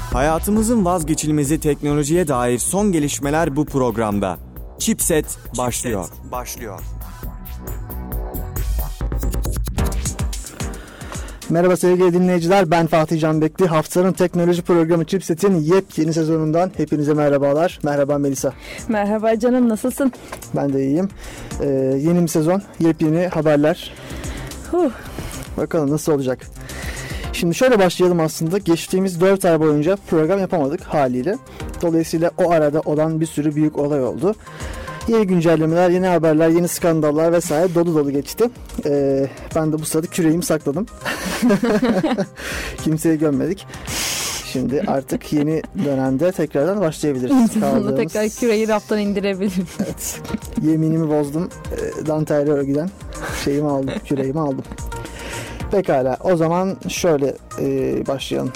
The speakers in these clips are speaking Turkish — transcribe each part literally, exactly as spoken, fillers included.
Hayatımızın vazgeçilmezi teknolojiye dair son gelişmeler bu programda. Chipset başlıyor. Chipset başlıyor. Merhaba sevgili dinleyiciler, ben Fatih Canbekli. Haftanın teknoloji programı Chipset'in yepyeni sezonundan hepinize merhabalar. Merhaba Melisa. Merhaba canım, nasılsın? Ben de iyiyim. Ee, yeni bir sezon, yepyeni haberler. Huh. Bakalım nasıl olacak. Şimdi şöyle başlayalım aslında. Geçtiğimiz dört ay boyunca program yapamadık haliyle. Dolayısıyla o arada olan bir sürü büyük olay oldu. Yeni güncellemeler, yeni haberler, yeni skandallar vesaire dolu dolu geçti. Ee, ben de bu sırada küreğimi sakladım. Kimseyi gömmedik. Şimdi artık yeni dönemde tekrardan başlayabiliriz. Kaldığımız... tekrar küreği raftan indirebilirim. Evet. Yeminimi bozdum. E, dantelli örgüden şeyimi aldım, küreğimi aldım. Pekala. O zaman şöyle e, başlayalım.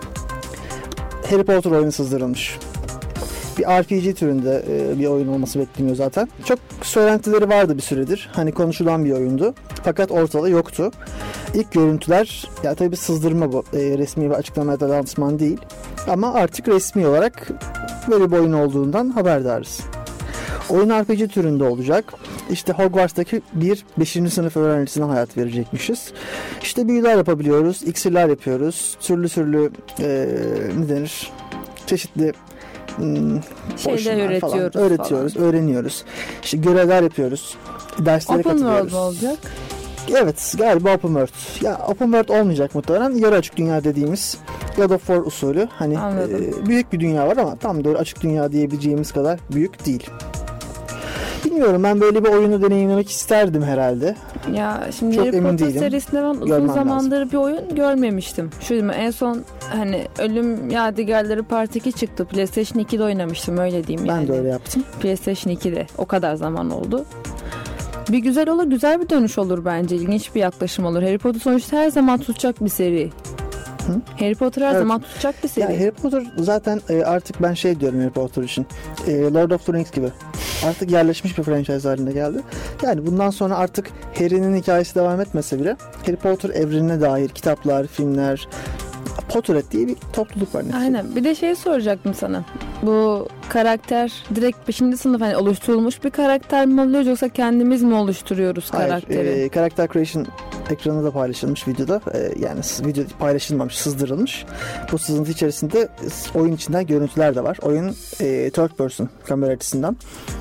Harry Potter oyunu sızdırılmış. Bir R P G türünde e, bir oyun olması bekleniyor zaten. Çok söylentileri vardı bir süredir. Hani konuşulan bir oyundu. Fakat ortada yoktu. İlk görüntüler, ya tabii sızdırma bu. E, resmi bir açıklama ya da lansman değil. Ama artık resmi olarak böyle bir oyun olduğundan haberdarız. Oyun R P G türünde olacak. İşte Hogwarts'taki bir beşinci sınıf öğrencisine hayat verecekmişiz. İşte büyüler yapabiliyoruz, iksirler yapıyoruz. Türlü türlü e, ne denir? Çeşitli Hmm, şeyler üretiyoruz falan. Öğretiyoruz, falan. öğreniyoruz. İşte görevler yapıyoruz. Derslere Open katılıyoruz. World olacak? Evet, galiba Open World. Ya Open World olmayacak muhtemelen. Yarı açık dünya dediğimiz God of War usulü. Hani e, büyük bir dünya var ama tam doğru açık dünya diyebileceğimiz kadar büyük değil. Bilmiyorum, ben böyle bir oyunu deneyimlemek isterdim herhalde. Ya şimdi çok Harry Potter serisinde ben uzun Görmem zamandır lazım. Bir oyun görmemiştim. Şu en son hani Ölüm Yadigarları Part iki çıktı. PlayStation iki'de oynamıştım, öyle diyeyim yani. Ben de öyle yaptım. PlayStation iki'de. O kadar zaman oldu. Bir güzel olur, güzel bir dönüş olur bence. İlginç bir yaklaşım olur. Harry Potter sonuçta her zaman tutacak bir seri. Hı? Harry Potter her evet. zaman tutacak bir seri. Ya Harry Potter zaten e, artık ben şey diyorum Harry Potter için. E, Lord of the Rings gibi. Artık yerleşmiş bir franchise haline geldi. Yani bundan sonra artık Harry'nin hikayesi devam etmese bile Harry Potter evrenine dair kitaplar, filmler, Potterhead diye bir topluluk var. Aynen. Bir de şey soracaktım sana. Bu karakter direkt beşinci sınıf hani oluşturulmuş bir karakter mi oluyor, yoksa kendimiz mi oluşturuyoruz karakteri? Hayır. E, Character Creation ekranı da paylaşılmış videoda. E, yani video paylaşılmamış, sızdırılmış. Bu sızıntı içerisinde oyun içinden görüntüler de var. Oyun e, third person kamera açısından.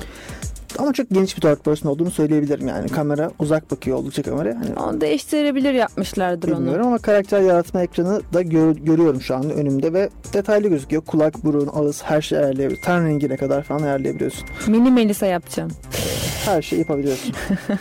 Ama çok geniş bir third person olduğunu söyleyebilirim yani. Kamera uzak bakıyor oldukça kamera. Hani onu değiştirebilir yapmışlardır bilmiyorum onu. Bilmiyorum ama karakter yaratma ekranı da gör, görüyorum şu anda önümde ve detaylı gözüküyor. Kulak, burun, ağız, her şeyi ayarlayabiliyorsun. Ten rengine kadar falan ayarlayabiliyorsun. Mini Melisa yapacağım. Her şeyi yapabiliyorsun.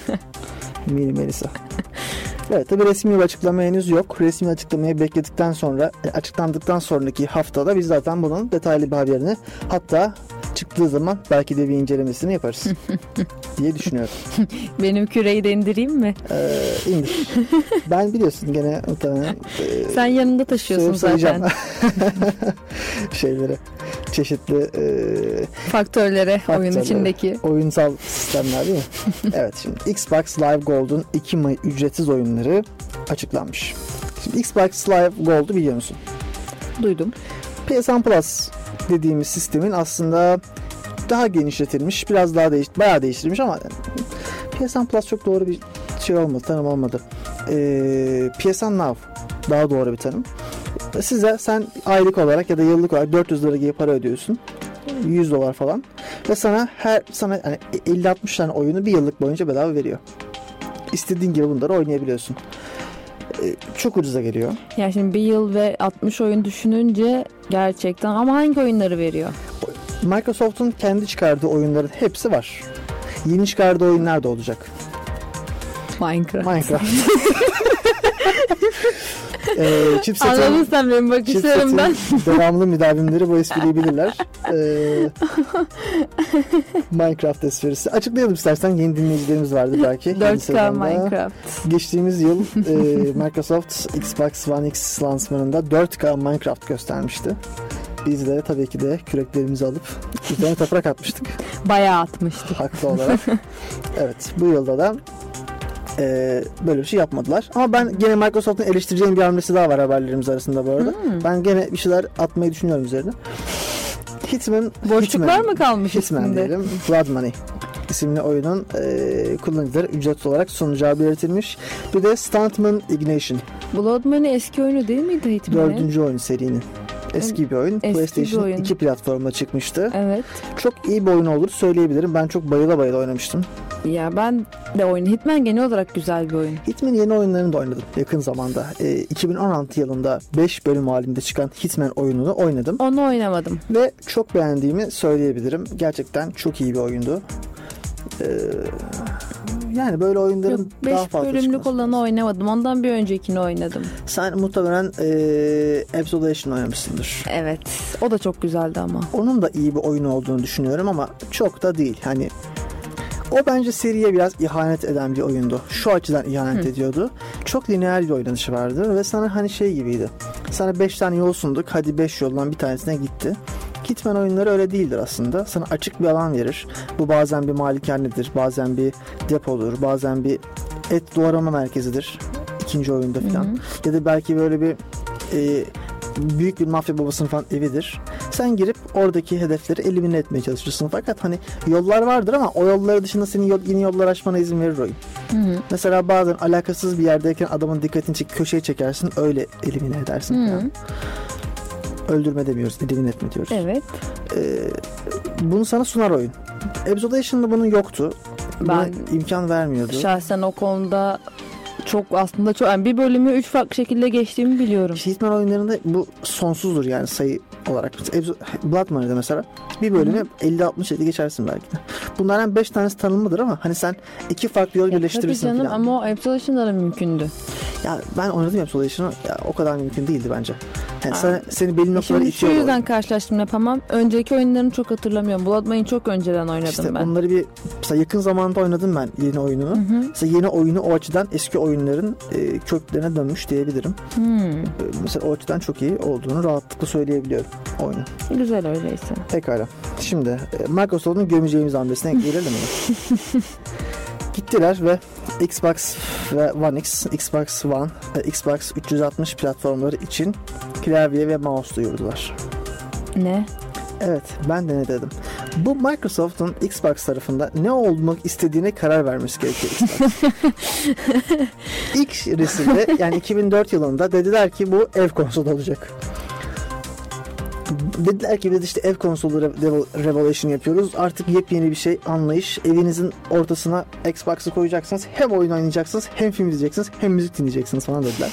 Mini Melisa. Evet, tabii resmi bir açıklama henüz yok. Resmi açıklamayı bekledikten sonra, açıklandıktan sonraki haftada biz zaten bunun detaylı bir haberini, hatta çıktığı zaman belki de bir incelemesini yaparız diye düşünüyorum. Benim küreği de indireyim mi? Ee, indir. Ben biliyorsun gene muhtemelen. E, Sen yanında taşıyorsun zaten. Şeyleri, çeşitli e, faktörlere, faktörlere, oyun içindeki. Oyunsal sistemler değil mi? Evet, şimdi Xbox Live Gold'un iki Mayıs ücretsiz oyunları açıklanmış. Şimdi Xbox Live Gold'u biliyor musun? Duydum. P S N Plus dediğimiz sistemin aslında daha genişletilmiş, biraz daha değiş, bayağı değiştirilmiş ama P S N Plus çok doğru bir şey olmadı, tanım olmadı. Ee, P S N Now daha doğru bir tanım. Size sen aylık olarak ya da yıllık olarak dört yüz lira gibi para ödüyorsun. yüz dolar falan. Ve sana her sana yani elli altmış tane oyunu bir yıllık boyunca bedava veriyor. İstediğin gibi bunları oynayabiliyorsun. Ee, çok ucuza geliyor. Yani şimdi bir yıl ve altmış oyun düşününce gerçekten, ama hangi oyunları veriyor? Microsoft'un kendi çıkardığı oyunların hepsi var. Yeni çıkardığı oyunlar da olacak. Minecraft. Minecraft. ee, Chipset'in, anladın sen benim bakışlarımdan. devamlı müdavimleri bu espriyi bilirler. Ee, Minecraft esprisi. Açıklayalım istersen, yeni dinleyicilerimiz vardı belki. dört K Minecraft. Geçtiğimiz yıl e, Microsoft Xbox One X lansmanında dört K Minecraft göstermişti. Biz de tabii ki de küreklerimizi alıp üzerine toprak atmıştık. Bayağı atmıştık. Haklı olarak. Evet, bu yılda da Ee, böyle bir şey yapmadılar. Ama ben gene Microsoft'un eleştireceğim bir hamlesi daha var haberlerimiz arasında bu arada. Hmm. Ben gene bir şeyler atmayı düşünüyorum üzerine. Hitman, boşluklar Hitman, mı kalmış Hitman üstünde? diyelim. Blood Money isimli oyunun e, kullanıcılara ücret olarak sunacağı belirtilmiş. Bir de Stuntman Ignition. Blood Money eski oyunu değil miydi Hitman'ın? Dördüncü oyun serinin. Eski bir oyun. Eski PlayStation bir oyun. iki platformda çıkmıştı. Evet. Çok iyi bir oyun olduğunu söyleyebilirim. Ben çok bayıla bayıla oynamıştım. Ya ben de oyun. Hitman genel olarak güzel bir oyun. Hitman yeni oyunlarını da oynadım yakın zamanda. E, iki bin on altı yılında beş bölüm halinde çıkan Hitman oyununu oynadım. Onu oynamadım. Ve çok beğendiğimi söyleyebilirim. Gerçekten çok iyi bir oyundu. Ee, yani böyle oyunların Yok, daha beş fazla bölümlük çıkması. olanı oynamadım. Ondan bir öncekini oynadım. Sen muhtemelen e, Absolution oynamışsındır. Evet. O da çok güzeldi ama. Onun da iyi bir oyun olduğunu düşünüyorum ama çok da değil. Hani o bence seriye biraz ihanet eden bir oyundu. Şu açıdan ihanet Hı. ediyordu. Çok lineer bir oynanışı vardı ve sana hani şey gibiydi. Sana beş tane yol sunduk. Hadi beş yoldan bir tanesine gitti. Hitman oyunları öyle değildir aslında. Sana açık bir alan verir. Bu bazen bir malikanedir, bazen bir depodur, bazen bir et doğrama merkezidir. İkinci oyunda falan. Hı hı. Ya da belki böyle bir e, büyük bir mafya babasının falan evidir. Sen girip oradaki hedefleri elimine etmeye çalışırsın. Fakat hani yollar vardır ama o yolları dışında senin yol, yeni yollar açmana izin verir oyun. Hı hı. Mesela bazen alakasız bir yerdeyken adamın dikkatini çek, köşeye çekersin, öyle elimine edersin. Hı hı. Yani. Öldürme demiyoruz, elimine etme diyoruz. Evet. Ee, bunu sana sunar oyun. Absolution'da bunun yoktu. Buna ben imkan vermiyordu. Şahsen o konuda çok aslında çok yani bir bölümü üç farklı şekilde geçtiğimi biliyorum. Hitman oyunlarında bu sonsuzdur yani sayı olarak. Blood Money'de mesela bir bölümü elli altmış yedi geçersin belki de. Bunlardan beş tanesi tanımlıdır ama hani sen iki farklı yol birleştirirsin falan. Tabii canım ama o Absolution'da da mümkündü. Ya ben oynadım Absolution'u. Ya o kadar mümkün değildi bence. Yani sen, seni belli noktalara itiyor. Şu yüzden karşılaştım yapamam. Önceki oyunlarını çok hatırlamıyorum. Blood Money'i çok önceden oynadım işte ben. Onları bir mesela yakın zamanda oynadım ben yeni oyununu. Hı hı. Mesela yeni oyunu o açıdan eski oyunların e, köklerine dönmüş diyebilirim. Hmm. E, mesela o açıdan çok iyi olduğunu rahatlıkla söyleyebiliyorum oyunu. Güzel öyleyse. Pekala. Şimdi e, Microsoft'un gömeceğimiz hamlesine girelim mi? Gittiler ve Xbox ve One X, Xbox One ve Xbox üç yüz altmış platformları için klavye ve mouse duyurdular. Ne? Evet, ben de ne dedim. Bu Microsoft'un Xbox tarafında ne olmak istediğine karar vermesi gerekiyor Xbox. İlk resimde yani iki bin dört yılında dediler ki bu ev konsolu olacak. Dediler ki biz işte ev konsolu revolution yapıyoruz. Artık yepyeni bir şey, anlayış. Evinizin ortasına Xbox'ı koyacaksınız. Hem oyun oynayacaksınız, hem film izleyeceksiniz, hem müzik dinleyeceksiniz falan dediler.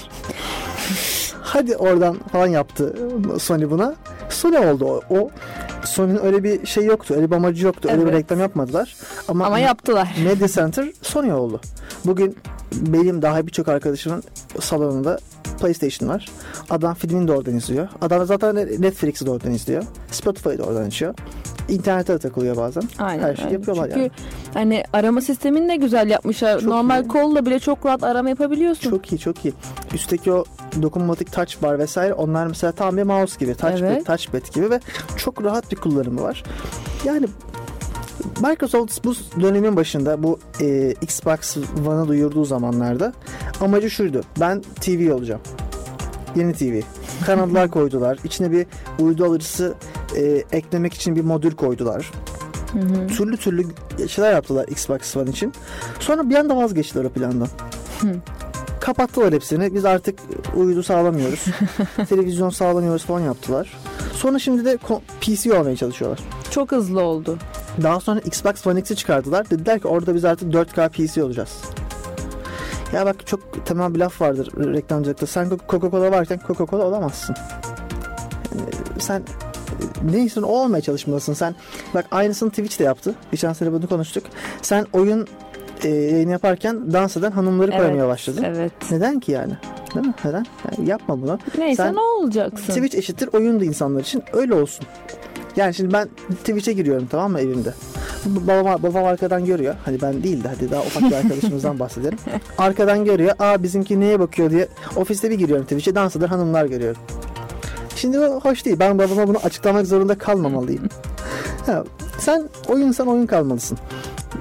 Hadi oradan falan yaptı Sony buna. Sony oldu o. o Sony'nin öyle bir şey yoktu. Öyle bir amacı yoktu. Öyle evet. bir reklam yapmadılar. Ama, Ama yaptılar. Media Center Sony oldu. Bugün benim daha birçok arkadaşımın salonunda PlayStation var. Adam filmini de oradan izliyor. Adam zaten Netflix'i de oradan izliyor. Spotify'ı da oradan açıyor. İnternete de takılıyor bazen. Aynen, her şeyi yapıyorlar Çünkü yani. hani arama sistemini de güzel yapmışlar. Çok normal iyi. kolla bile çok rahat arama yapabiliyorsun. Çok iyi, çok iyi. Üstteki o dokunmatik touch bar vesaire, onlar mesela tam bir mouse gibi, touchpad, evet. touchpad gibi ve çok rahat bir kullanımı var. Yani Microsoft bu dönemin başında bu e, Xbox One'ı duyurduğu zamanlarda amacı şuydu. Ben T V olacağım. Yeni T V. Kanallar koydular. İçine bir uydu alıcısı e, eklemek için bir modül koydular. Hı hı. Türlü türlü şeyler yaptılar Xbox One için. Sonra bir anda vazgeçtiler o plandan. Hı. Kapattılar hepsini. Biz artık uydu sağlamıyoruz. Televizyon sağlamıyoruz falan yaptılar. Sonra şimdi de P C olmaya çalışıyorlar. Çok hızlı oldu. Daha sonra Xbox One X'i çıkardılar. Dediler ki orada biz artık dört K P C olacağız. Ya bak çok temel bir laf vardır reklamcılıkta. Sen Coca-Cola varken Coca-Cola olamazsın. Yani sen neysin, o olmaya çalışmalısın. Sen bak aynısını Twitch de yaptı. Geçen sene bunu konuştuk. Sen oyun e, yayın yaparken dans eden hanımları evet, koymaya başladın. Evet. Neden ki yani? Değil mi? Neden? Yani yapma bunu. Neyse sen, ne olacaksın? Twitch eşittir oyun da insanlar için. Öyle olsun. Yani şimdi ben Twitch'e giriyorum, tamam mı, evimde. Babam, babam arkadan görüyor. Hani ben değil de hadi daha ufak bir arkadaşımızdan bahsedelim. Arkadan görüyor. Aa bizimki neye bakıyor diye. Ofiste bir giriyorum Twitch'e, dans eden hanımlar görüyorum. Şimdi bu hoş değil. Ben babama bunu açıklamak zorunda kalmamalıyım. Ha, sen oyunsan oyun kalmalısın.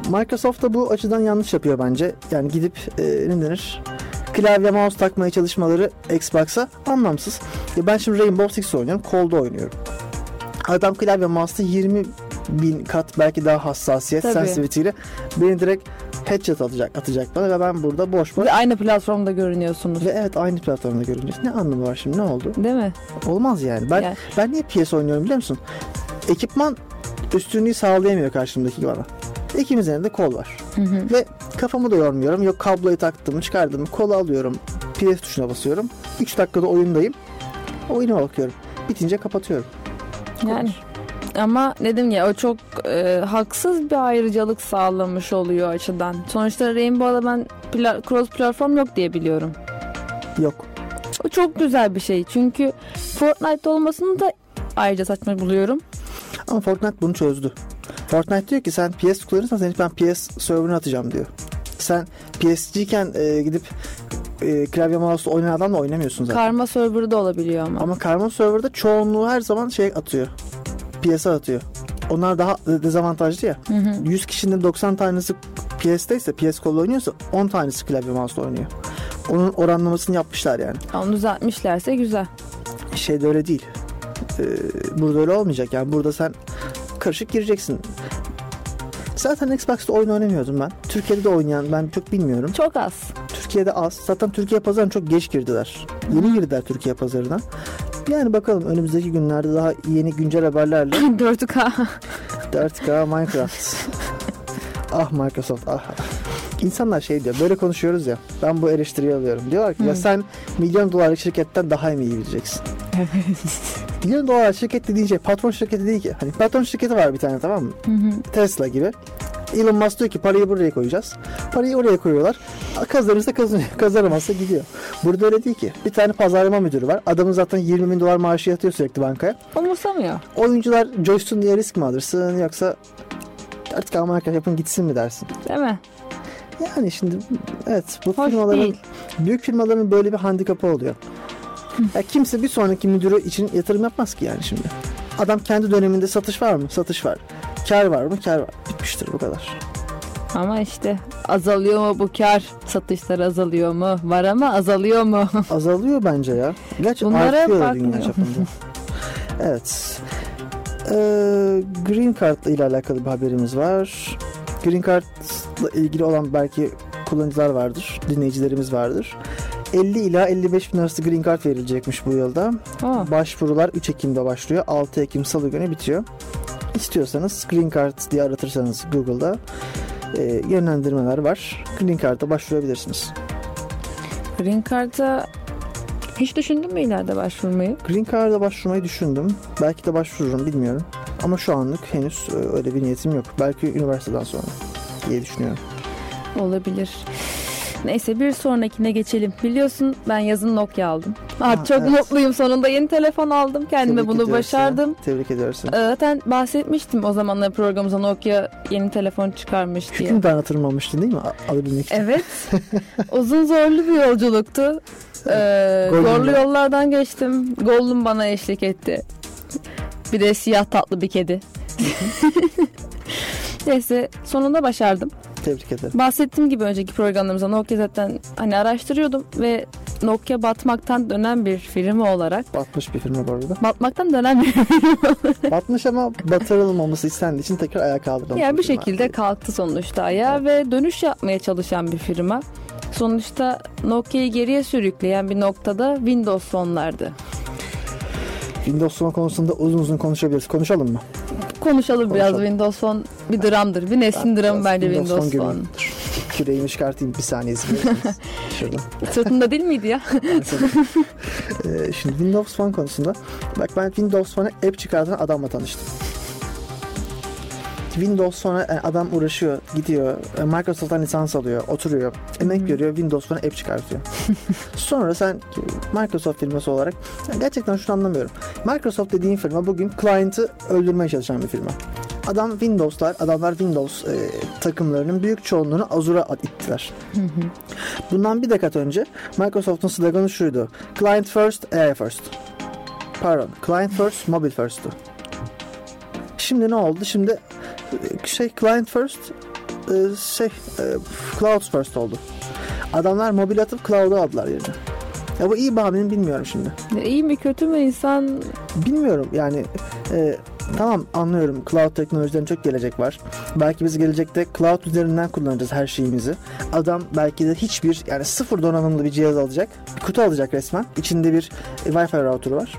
Microsoft da bu açıdan yanlış yapıyor bence. Yani gidip e, ne denir? Klavye mouse takmaya çalışmaları Xbox'a anlamsız. Ya ben şimdi Rainbow Six oynuyorum. Cold'da oynuyorum. Adam klavye mouse'da yirmi bin kat belki daha hassasiyet, Tabii. sensitivity ile beni direkt headshot atacak, atacak bana ve ben burada boş boş. Ve aynı platformda görünüyorsunuz. Ve evet aynı platformda görüneceğiz. Ne anlamı var şimdi? Ne oldu? Değil mi? Olmaz yani. Ben Yani. ben niye P S oynuyorum biliyor musun? Ekipman üstünlüğü sağlayamıyor karşımdaki bana. İkimizin elinde kol var. Hı hı. Ve kafamı da yormuyorum. Yok kabloyu taktım, çıkardım, kolu alıyorum. P S tuşuna basıyorum. üç dakikada oyundayım. Oyuna bakıyorum. Bitince kapatıyorum. Yani. Ama dedim ya o çok e, haksız bir ayrıcalık sağlamış oluyor o açıdan. Sonuçta Rainbow'da ben pla- cross platform yok diye biliyorum. Yok. O çok güzel bir şey. Çünkü Fortnite olmasını da ayrıca saçma buluyorum. Ama Fortnite bunu çözdü. Fortnite diyor ki sen P S kullanırsan seni ben P S server'ına atacağım diyor. Sen P S G'yken e, gidip e, klavye mouse oynayan adamla oynamıyorsun zaten. Karma server'da olabiliyor ama. Ama karma server'da çoğunluğu her zaman şey atıyor. P S'e atıyor. Onlar daha dezavantajlı ya. Hı hı. yüz kişinin doksan tanesi P S'teyse, P S kolu oynuyorsa on tanesi klavye mouse oynuyor. Onun oranlamasını yapmışlar yani. Onu düzeltmişlerse güzel. Şeyde öyle değil. Ee, burada öyle olmayacak yani. Burada sen karışık gireceksin. Zaten Xbox'ta oyun oynamıyordum ben. Türkiye'de de oynayan ben çok bilmiyorum. Çok az. Türkiye'de az. Zaten Türkiye pazarına çok geç girdiler. Yeni girdiler Türkiye pazarına. Yani bakalım önümüzdeki günlerde daha yeni güncel haberlerle dört K. dört K Minecraft. Ah Microsoft ah. İnsanlar şey diyor, böyle konuşuyoruz ya, ben bu eleştiriyi alıyorum. Diyorlar ki Hı. ya sen milyon dolarlık şirketten daha mı iyi bileceksin? Milyon dolar şirket dediğin şey patron şirketi değil ki. Hani patron şirketi var bir tane, tamam mı? Hı hı. Tesla gibi. Elon Musk diyor ki parayı buraya koyacağız. Parayı oraya koyuyorlar. Kazanırsa kazanıyor. Kazanamazsa gidiyor. Burada öyle değil ki. Bir tane pazarlama müdürü var. Adamın zaten yirmi bin dolar maaşı yatıyor sürekli bankaya. Umursamıyor. Oyuncular coşsun diye risk mi alırsın, yoksa artık Amerika yapın gitsin mi dersin? Değil mi? Yani şimdi evet, bu Hoş firmaların, değil. büyük firmaların böyle bir handikapı oluyor. Ya kimse bir sonraki müdürü için yatırım yapmaz ki yani şimdi. Adam kendi döneminde satış var mı? Satış var. Kar var mı? Kar var. Bitmiştir, bu kadar. Ama işte azalıyor mu bu kar? Satışlar azalıyor mu? Var ama azalıyor mu? Azalıyor bence ya. Gerçi Bunlara artıyor da bakmıyor. dünya çapında. Evet. Ee, Green Card ile alakalı bir haberimiz var. Green Card'la ilgili olan belki kullanıcılar vardır, dinleyicilerimiz vardır. elli ila elli beş bin arası Green Card verilecekmiş bu yılda. Aa. Başvurular üç Ekim'de başlıyor. altı Ekim Salı günü bitiyor. İstiyorsanız Green Card diye aratırsanız Google'da e, yönlendirmeler var. Green Card'a başvurabilirsiniz. Green Card'a hiç düşündün mü ileride başvurmayı? Green Card'a başvurmayı düşündüm. Belki de başvururum, bilmiyorum. Ama şu anlık henüz öyle bir niyetim yok. Belki üniversiteden sonra diye düşünüyorum. Olabilir. Neyse bir sonrakine geçelim. Biliyorsun ben yazın Nokia aldım. Artık Ha, çok evet. mutluyum. Sonunda yeni telefon aldım. Kendime Tebrik bunu ediyoruz başardım. ya. Tebrik ediyoruz. Ee, Zaten bahsetmiştim o zamanlar programımızda Nokia yeni telefon çıkarmış diye. Şimdi anlatılmamıştın değil mi? A- Alabilmek için. Evet. Uzun zorlu bir yolculuktu. Ee, Gollum zorlu ya. yollardan geçtim. Gollum bana eşlik etti. Bir de siyah tatlı bir kedi. Neyse sonunda başardım. Tebrik ederim. Bahsettiğim gibi önceki programlarımızda Nokia zaten hani araştırıyordum ve Nokia batmaktan dönen bir firma olarak Batmış bir firma bu arada. batmaktan dönen bir firma. Batmış ama batırılmaması istendiği için tekrar ayağa kaldırılmış. Yani bir firma. şekilde kalktı sonuçta ayağa ve dönüş yapmaya çalışan bir firma. Sonuçta Nokia'yı geriye sürükleyen bir noktada Windows Phone'lardı. Windows Phone konusunda uzun uzun konuşabiliriz. Konuşalım mı? Konuşalım biraz. Konuşalım. Windows Phone bir dramdır. Bir neslin dramı Biraz bence Windows, Phone Phone. gülüyorum. Küreğimi çıkartayım bir saniye izin verirseniz. Şuradan. Sırtında değil miydi ya? Ee, şimdi Windows Phone konusunda, bak ben Windows Phone'a app çıkartan adamla tanıştım. Windows Phone'a yani adam uğraşıyor, gidiyor, Microsoft'tan lisans alıyor, oturuyor, emek Hı. görüyor, Windows Phone'a app çıkartıyor. Sonra sen Microsoft firması olarak, yani gerçekten şunu anlamıyorum. Microsoft dediğin firma bugün client'ı öldürmeye çalışan bir firma. Adam Windows'lar, adamlar Windows e, takımlarının büyük çoğunluğunu Azure'a ittiler. Bundan bir dekade önce Microsoft'un sloganı şuydu: Client first, A I first. Pardon, Client first, mobile first'tu. Şimdi ne oldu? Şimdi şey Client first, e, şey e, cloud first oldu. Adamlar mobil atıp cloud'a aldılar yerine. Ya bu iyi mi abi bilmiyorum şimdi. İyi mi kötü mü insan? Bilmiyorum yani e, tamam anlıyorum, cloud teknolojilerinin çok gelecek var. Belki biz gelecekte cloud üzerinden kullanacağız her şeyimizi. Adam belki de hiçbir yani sıfır donanımlı bir cihaz alacak. Bir kutu alacak resmen. İçinde bir e, Wi-Fi router'ı var.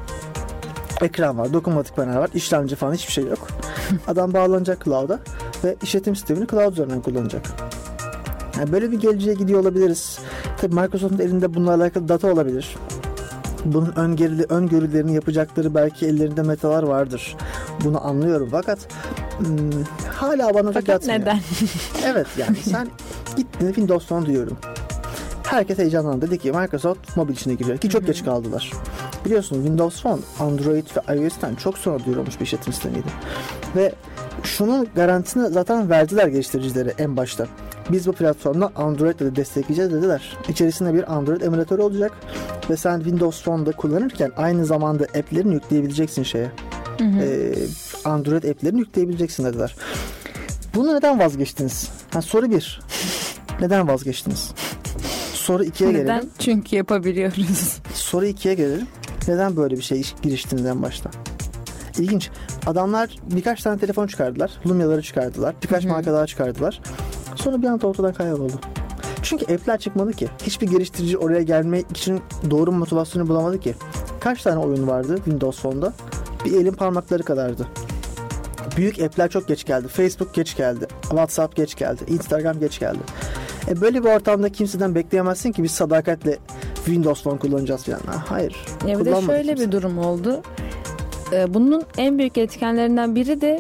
Ekran var, dokunmatik panel var, işlemci falan hiçbir şey yok. Adam bağlanacak cloud'a ve işletim sistemini cloud üzerinden kullanacak. Yani böyle bir geleceğe gidiyor olabiliriz. Tabii Microsoft'un elinde bununla alakalı data olabilir. Bunun öngörüleri, öngörülerini yapacakları belki ellerinde metalar vardır. Bunu anlıyorum fakat hmm, hala bana fakat yatmıyor. Neden? Evet yani sen gittin Windows Phone diyorum. Herkes heyecanlandı, dedi ki Microsoft mobil içine giriyor ki çok Hı-hı. geç kaldılar. Biliyorsunuz Windows Phone Android ve iOS'ten çok sonra duyurulmuş bir işletim sistemiydi. Ve şunun garantisini zaten verdiler geliştiricilere en başta. Biz bu platformda Android'le de destekleyeceğiz dediler. İçerisinde bir Android emülatörü olacak ve sen Windows Phone'da kullanırken aynı zamanda app'lerini yükleyebileceksin şeye. Ee, Android app'lerini yükleyebileceksin dediler. Bunu neden vazgeçtiniz? Ha, soru bir. Neden vazgeçtiniz? Soru ikiye Neden? gelelim. Çünkü yapabiliyoruz. Soru ikiye gelelim. Neden böyle bir şey giriştiniz en başta? İlginç. Adamlar birkaç tane telefon çıkardılar. Lumia'ları çıkardılar. Birkaç Hı-hı. marka daha çıkardılar. Sonra bir anda ortadan kayboldu. Çünkü app'ler çıkmadı ki. Hiçbir geliştirici oraya gelmek için doğru motivasyonu bulamadı ki. Kaç tane oyun vardı Windows Phone'da? Bir elin parmakları kadardı. Büyük app'ler çok geç geldi. Facebook geç geldi. WhatsApp geç geldi. Instagram geç geldi. E böyle bir ortamda kimseden bekleyemezsin ki biz sadakatle Windows Phone kullanacağız falan. Ha, hayır. Ya bir de şöyle kimse. bir durum oldu. Ee, bunun en büyük etkenlerinden biri de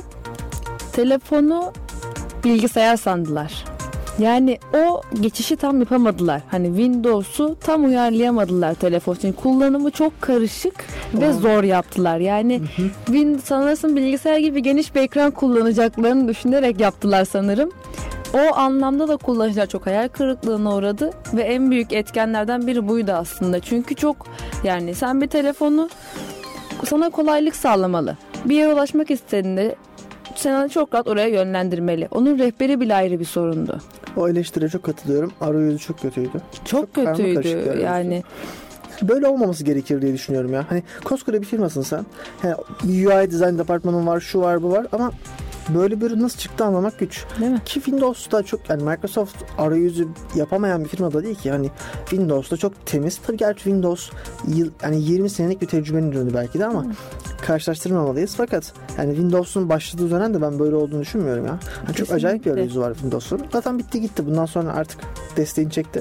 telefonu bilgisayar sandılar. Yani o geçişi tam yapamadılar. Hani Windows'u tam uyarlayamadılar telefon için. Kullanımı çok karışık ve oh. zor yaptılar. Yani Win, sanırsın bilgisayar gibi geniş bir ekran kullanacaklarını düşünerek yaptılar sanırım. O anlamda da kullanıcılar çok hayal kırıklığına uğradı ve en büyük etkenlerden biri buydu aslında. Çünkü çok yani sen bir telefonu sana kolaylık sağlamalı. Bir yere ulaşmak istediğinde sana çok rahat oraya yönlendirmeli. Onun rehberi bile ayrı bir sorundu. O eleştiriye çok katılıyorum. Arayüzü çok kötüydü. Çok, çok kötüydü yani. Böyle olmaması gerekir diye düşünüyorum ya. Hani koskoca bir firmasın sen. Yani bir U I design departmanın var, şu var, bu var ama böyle bir nasıl çıktı anlamak güç. Değil mi? Ki Windows'ta çok yani Microsoft arayüzü yapamayan bir firma da değil ki. Hani Windows'ta çok temiz. Tabii gerçi Windows yıl, yani yirmi senelik bir tecrübenin ürünü belki de ama hmm. karşılaştırmamalıyız. Fakat yani Windows'un başladığı dönemde ben böyle olduğunu düşünmüyorum ya. Yani çok acayip bir arayüzü var Windows'un. Zaten bitti gitti. Bundan sonra artık desteğini çekti.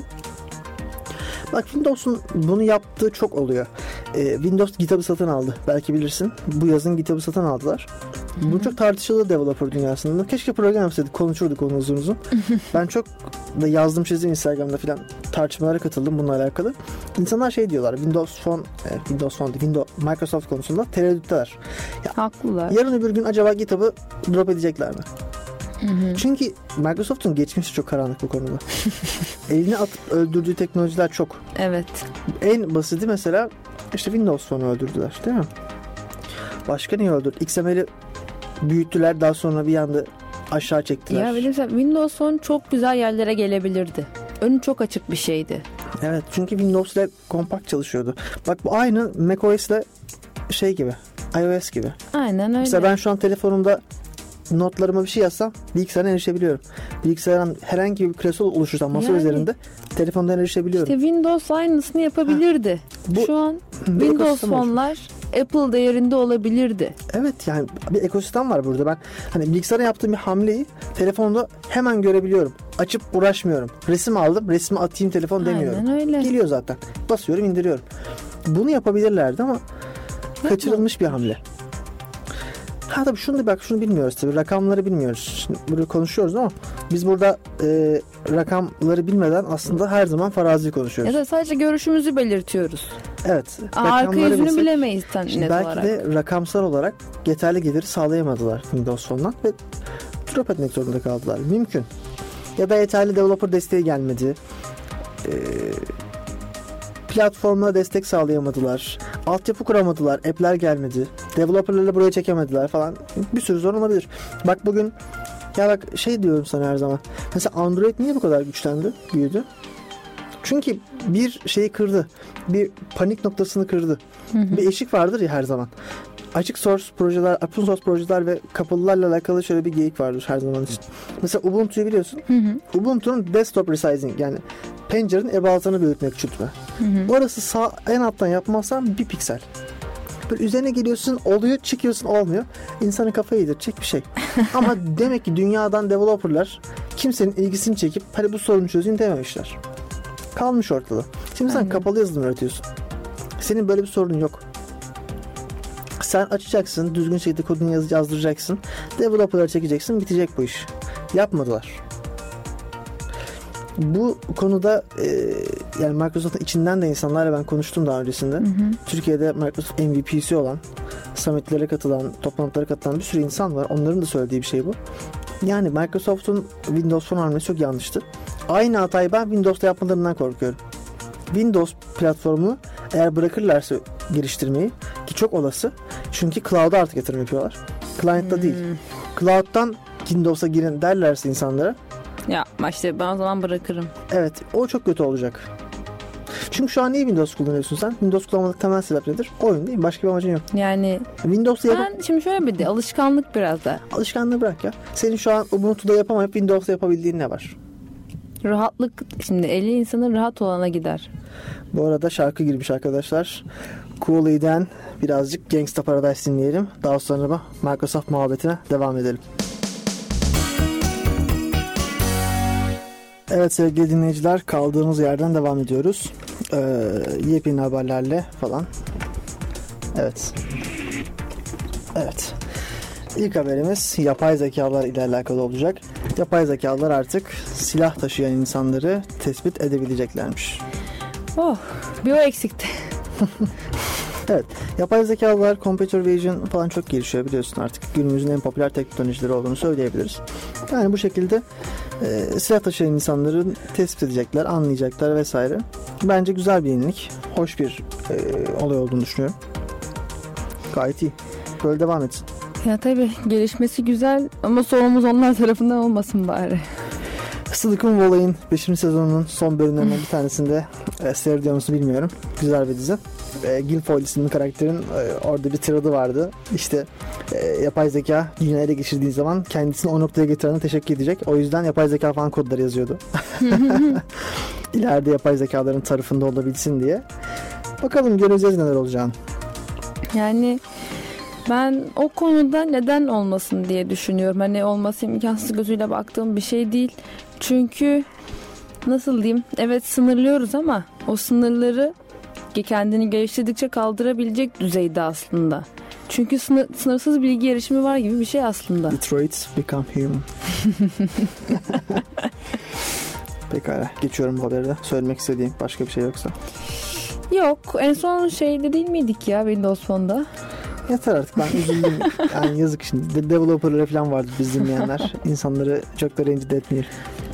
Bak Windows'un bunu yaptığı çok oluyor. Ee, Windows GitHub'ı satın aldı. Belki bilirsin. Bu yazın GitHub'ı satın aldılar. Hı-hı. Bu çok tartışıldı developer dünyasında. Keşke program yapsaydık. Konuşurduk onu uzun uzun. Ben çok da yazdım çizdim Instagram'da falan tartışmalara katıldım bununla alakalı. İnsanlar şey diyorlar. Windows Phone, e, Windows Phone, Windows, Microsoft konusunda tereddütteler. Ya, haklılar. Yarın öbür gün acaba GitHub'ı drop edecekler mi? Hı-hı. Çünkü Microsoft'un geçmişi çok karanlık bu konuda. Eline atıp öldürdüğü teknolojiler çok. Evet. En basiti mesela işte Windows Phone'u öldürdüler değil mi? Başka neyi öldürdü? X M L'i büyüttüler, daha sonra bir anda aşağı çektiler. Ya bilirsen Windows Phone çok güzel yerlere gelebilirdi. Önü çok açık bir şeydi. Evet, çünkü Windows ile kompakt çalışıyordu. Bak bu aynı macOS ile şey gibi, iOS gibi. Aynen öyle. Mesela ben şu an telefonumda notlarıma bir şey yazsam bilgisayardan erişebiliyorum. Bilgisayardan herhangi bir klasör oluşursam masa yani, üzerinde telefondan erişebiliyorum. İşte Windows aynısını yapabilirdi. Bu, şu an Windows Phone'lar Apple değerinde olabilirdi. Evet yani bir ekosistem var burada. Ben hani bilgisayara yaptığım bir hamleyi telefonda hemen görebiliyorum. Açıp uğraşmıyorum. Resim aldım, resmi atayım telefon demiyorum. Aynen öyle. Geliyor zaten. Basıyorum, indiriyorum. Bunu yapabilirlerdi ama evet, kaçırılmış bir hamle. Ha tabii şunu da bak şunu bilmiyoruz tabii. Rakamları bilmiyoruz. Şimdi burada konuşuyoruz ama biz burada e, rakamları bilmeden aslında her zaman farazi konuşuyoruz. Ya da sadece görüşümüzü belirtiyoruz. Evet. Arka yüzünü bilemeyiz net belki olarak. Belki de rakamsal olarak yeterli geliri sağlayamadılar Windows Phone'dan ve drop etmek zorunda kaldılar. Mümkün. Ya da yeterli developer desteği gelmedi. Eee platformlara destek sağlayamadılar. Altyapı kuramadılar. App'ler gelmedi. Developerları buraya çekemediler falan. Bir sürü sorun olabilir. Bak bugün Ya bak şey diyorum sana her zaman. Mesela Android niye bu kadar güçlendi, büyüdü? Çünkü bir şeyi kırdı. Bir panik noktasını kırdı. Hı hı. Bir eşik vardır ya her zaman. Açık source projeler, open source projeler ve kapalılarla alakalı şöyle bir geyik vardır her zaman için. Mesela Ubuntu'yu biliyorsun. Hı hı. Ubuntu'nun desktop resizing, yani pencerenin ebatını büyütmek, küçültme. Hı hı. Orası sağ en alttan yapmazsan bir piksel. Böyle üzerine geliyorsun, oluyor, çıkıyorsun, olmuyor. İnsanın kafayı yedirecek bir şey. Ama demek ki dünyadan developerlar kimsenin ilgisini çekip hadi bu sorunu çözün dememişler. Kalmış ortada. Şimdi sen Aynen. kapalı yazılım üretiyorsun. Senin böyle bir sorunun yok. Sen açacaksın, düzgün şekilde kodunu yaz, yazdıracaksın. Developer'ları çekeceksin, bitecek bu iş. Yapmadılar. Bu konuda e, yani Microsoft'un içinden de insanlarla ben konuştum daha öncesinde. Hı hı. Türkiye'de Microsoft M V P'si olan, summitlere katılan, toplantılara katılan bir sürü insan var. Onların da söylediği bir şey bu. Yani Microsoft'un Windows Phone hamlesi çok yanlıştı. Aynı hatayı ben Windows'ta yapmalarından korkuyorum. Windows platformunu eğer bırakırlarsa geliştirmeyi, ki çok olası. Çünkü cloud'a artık yatırım yapıyorlar. Client'ta Hmm. değil. Cloud'dan Windows'a girin derlerse insanlara, Ya işte ben o zaman bırakırım. evet, o çok kötü olacak. Çünkü şu an niye Windows kullanıyorsun sen? Windows kullanmadık temel sebep nedir? Oyun değil mi? Başka bir amacın yok. Yani Windows'ta yap- ben şimdi şöyle bir de alışkanlık biraz da. alışkanlığı bırak ya. Senin şu an Ubuntu'da yapamayıp Windows'ta yapabildiğin ne var? Rahatlık, şimdi eli insanın rahat olana gider. Bu arada şarkı girmiş arkadaşlar. Cooley'den birazcık Gangsta Paradise dinleyelim. Daha sonra da Microsoft muhabbetine devam edelim. Evet sevgili dinleyiciler, kaldığımız yerden devam ediyoruz. Ee, yepyeni haberlerle falan. Evet. Evet. İlk haberimiz yapay zekalar ile alakalı olacak. Yapay zekalar artık silah taşıyan insanları tespit edebileceklermiş. Oh, bir o eksikti. Evet. Yapay zekalar, computer vision falan çok gelişiyor biliyorsun artık. Günümüzün en popüler teknolojileri olduğunu söyleyebiliriz. Yani bu şekilde e, silah taşıyan insanları tespit edecekler, anlayacaklar vesaire. Bence güzel bir yenilik. Hoş bir e, olay olduğunu düşünüyorum. Gayet iyi. Böyle devam etsin. Ya tabii gelişmesi güzel ama sonumuz onlar tarafından olmasın bari. Silicon Valley'in beşinci sezonunun son bölümlerinden bir tanesinde e, seyrediyor musun bilmiyorum. Güzel bir dizi. E, Guilfoyle isimli karakterin e, orada bir tiradı vardı. İşte e, yapay zeka dünyayı ele geçirdiği zaman kendisini o noktaya getirene teşekkür edecek. O yüzden yapay zeka falan kodları yazıyordu. İleride yapay zekaların tarafında olabilsin diye. Bakalım göreceğiz neler olacağını. Yani ben o konuda neden olmasın diye düşünüyorum. Hani olması imkansız gözüyle baktığım bir şey değil. Çünkü nasıl diyeyim? Evet sınırlıyoruz ama o sınırları kendini geliştirdikçe kaldırabilecek düzeyde aslında. Çünkü sınır, sınırsız bilgi erişimi var gibi bir şey aslında. Detroit Become Human. Pekala. Geçiyorum bu haberi de. Söylemek istediğim başka bir şey yoksa. Yok. En son şeyde değil miydik ya Windows Phone'da? Yeter artık, ben üzüldüm. Yani yazık şimdi. De- developer'ları falan vardı biz dinleyenler. İnsanları çok da rencide etmeyelim.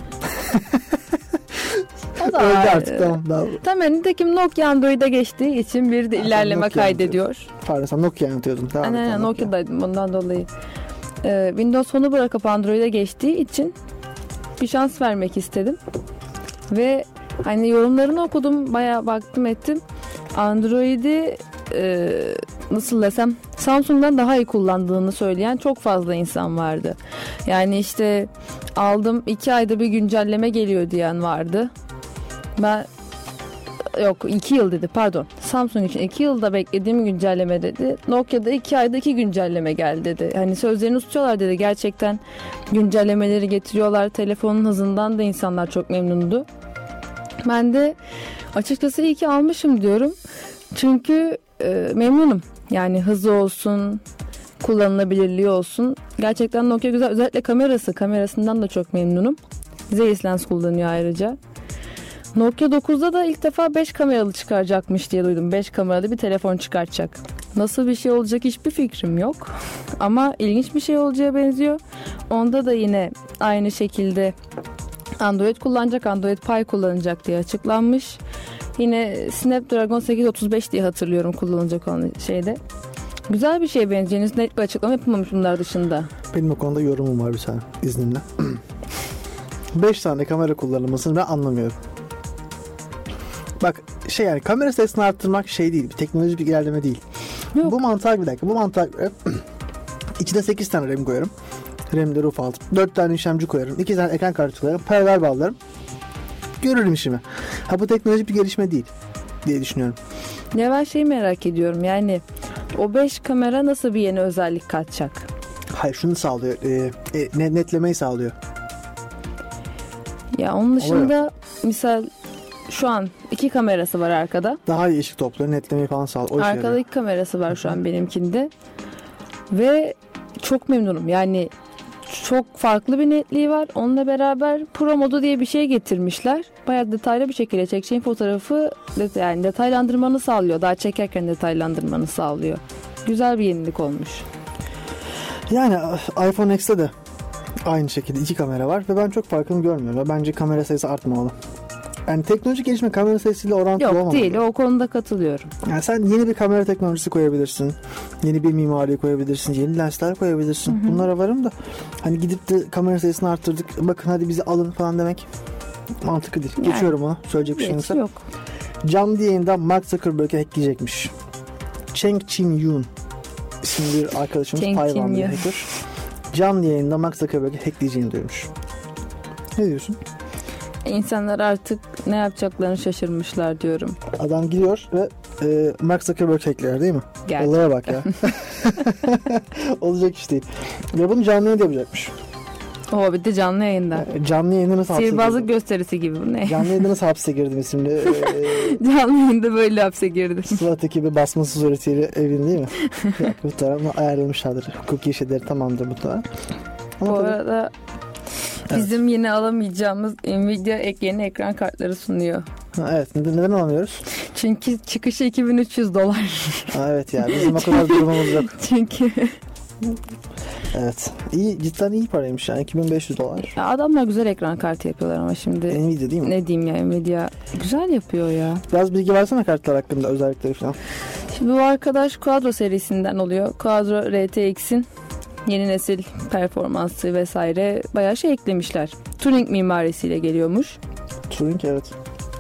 O da Öldü var. artık, tamam. Daha... Tamam, nitekim Nokia Android'e geçtiği için bir de Ha, ilerleme Nokia kaydediyor. Pardon, sen Nokia anlatıyordun. Tamam, Aynen tamam, Nokia. Nokia'daydım ondan dolayı. Ee, Windows Phone'u bırakıp Android'e geçtiği için bir şans vermek istedim. Ve hani yorumlarını okudum, bayağı baktım ettim. Android'i e, nasıl desem Samsung'dan daha iyi kullandığını söyleyen çok fazla insan vardı. Yani işte aldım iki ayda bir güncelleme geliyor diyen vardı. Ben yok iki yıl dedi pardon. Samsung için iki yılda beklediğim güncelleme dedi. Nokia'da iki ayda iki güncelleme geldi dedi. Hani sözlerini tutuyorlar dedi. Gerçekten güncellemeleri getiriyorlar. Telefonun hızından da insanlar çok memnundu. Ben de açıkçası iyi ki almışım diyorum. Çünkü e, memnunum. Yani hızı olsun, kullanılabilirliği olsun. Gerçekten Nokia güzel. Özellikle kamerası. Kamerasından da çok memnunum. Zeiss lens kullanıyor ayrıca. Nokia dokuzda da ilk defa beş kameralı çıkaracakmış diye duydum. beş kameralı bir telefon çıkartacak. Nasıl bir şey olacak hiçbir fikrim yok. Ama ilginç bir şey olacağı benziyor. Onda da yine aynı şekilde Android kullanacak, Android Pie kullanacak diye açıklanmış. Yine Snapdragon sekiz yüz otuz beş diye hatırlıyorum kullanılacak olan şeyde. Güzel bir şey benziyor. Henüz net bir açıklama yapılmamış bunlar dışında. Benim o konuda yorumum var bir tane izninle. beş tane kamera kullanılmasını ben anlamıyorum. Bak şey yani kamera sayısını arttırmak şey değil. Bir teknolojik bir ilerleme değil. Yok. Bu mantığa bir dakika. Bu mantığa göre içine sekiz tane RAM koyarım. RAM'leri ufaltırım. dört tane işlemci koyarım. iki tane ekran kartı koyarım. Paralel bağlarım. Görürüm işimi. Ha bu teknolojik bir gelişme değil diye düşünüyorum. Ya ben şeyi merak ediyorum yani o beş kamera nasıl bir yeni özellik katacak? Hayır şunu sağlıyor. E, e, netlemeyi sağlıyor. Ya onun dışında misal şu an iki kamerası var arkada. Daha iyi ışık topluyor. Netlemeyi falan sağlıyor. O Arkada iki kamerası var şu an benimkinde. Ve çok memnunum. Yani çok farklı bir netliği var. Onunla beraber Pro modu diye bir şey getirmişler. Bayağı detaylı bir şekilde çekeceğin fotoğrafı yani detaylandırmanı sağlıyor. Daha çekerken detaylandırmanı sağlıyor. Güzel bir yenilik olmuş. Yani iPhone X'te de aynı şekilde iki kamera var ve ben çok farkını görmüyorum. Bence kamera sayısı artmamalı. Yani teknolojik gelişme kamera sayısıyla orantılı olmamalı. Yok değil, o konuda katılıyorum. Yani sen yeni bir kamera teknolojisi koyabilirsin. Yeni bir mimari koyabilirsin. Yeni lensler koyabilirsin. Hı hı. Bunlara varım da hani gidip de kamera sayısını arttırdık. Bakın hadi bizi alın falan demek mantıklı değil. Yani, geçiyorum ona. Söyleyecek bir şeyim yok. Canlı yayında Mark Zuckerberg'e hackleyecekmiş. Cheng Chin-yun isimli bir arkadaşımız Tayvanlı bir hacker. Canlı yayında Mark Zuckerberg'e hackleyeceğini duymuş. Ne diyorsun? İnsanlar artık ne yapacaklarını şaşırmışlar diyorum. Adam gidiyor ve e, Mark Zuckerberg hackler değil mi? Gerçekten. Olaya bak ya. Olacak iş değil. Ve bunu canlı yayında yapacakmış. O bir de canlı yayında. Yani canlı yayında nasıl hapse girdi? Sihirbazlık gösterisi gibi bu ne? Canlı yayında nasıl hapse girdim isimli. E, canlı yayında böyle hapse girdim. SWAT ekibi basması suretiyle evin değil mi? Bu tarafına ayarlamışlardır. Hukuki şeyleri tamamdır bu taraf. Bu arada bizim evet. Yine alamayacağımız Nvidia ek yeni ekran kartları sunuyor. Ha, evet. Neden, neden alamıyoruz? Çünkü çıkışı iki bin üç yüz dolar. Ha, evet ya. Bizim o kadar durumumuz yok. Çünkü. Evet. İyi, cidden iyi paraymış yani. iki bin beş yüz dolar. Ya adamlar güzel ekran kartı yapıyorlar ama şimdi. Nvidia değil mi? Ne diyeyim ya, Nvidia güzel yapıyor ya. Biraz bilgi versene kartlar hakkında, özellikleri falan. Şimdi bu arkadaş Quadro serisinden oluyor. Quadro R T X'in yeni nesil performansı vesaire bayağı şey eklemişler. Turing mimarisiyle geliyormuş. Turing evet.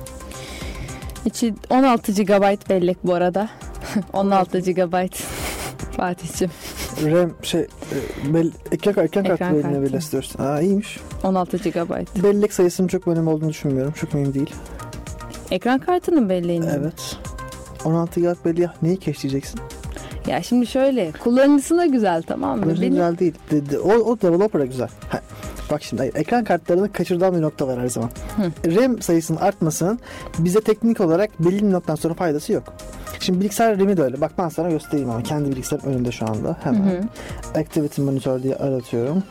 İçi on altı gigabayt bellek bu arada. on altı gigabayt Fatih'ciğim. RAM şey bel, ekran, ekran kartı belleğine bile istiyorsun. Aa iyiymiş. on altı gigabayt. Bellek sayısının çok önemli olduğunu düşünmüyorum. Çok mühim değil. Ekran kartının belleğinde. Evet. on altı gigabayt belleği neyi keşleyeceksin? Ya şimdi şöyle kullanıcısına güzel tamam mı? Benim... Güzel değil. De, de, o, o developer'a güzel. Ha, bak şimdi hayır, ekran kartlarını kaçırılan bir nokta var her zaman. Hı. RAM sayısının artmasının bize teknik olarak belli bir noktadan sonra faydası yok. Şimdi bilgisayar RAM'i de öyle. Bak ben sana göstereyim ama kendi bilgisayarım önünde şu anda. Hemen. Hı hı. Activity Monitor diye aratıyorum.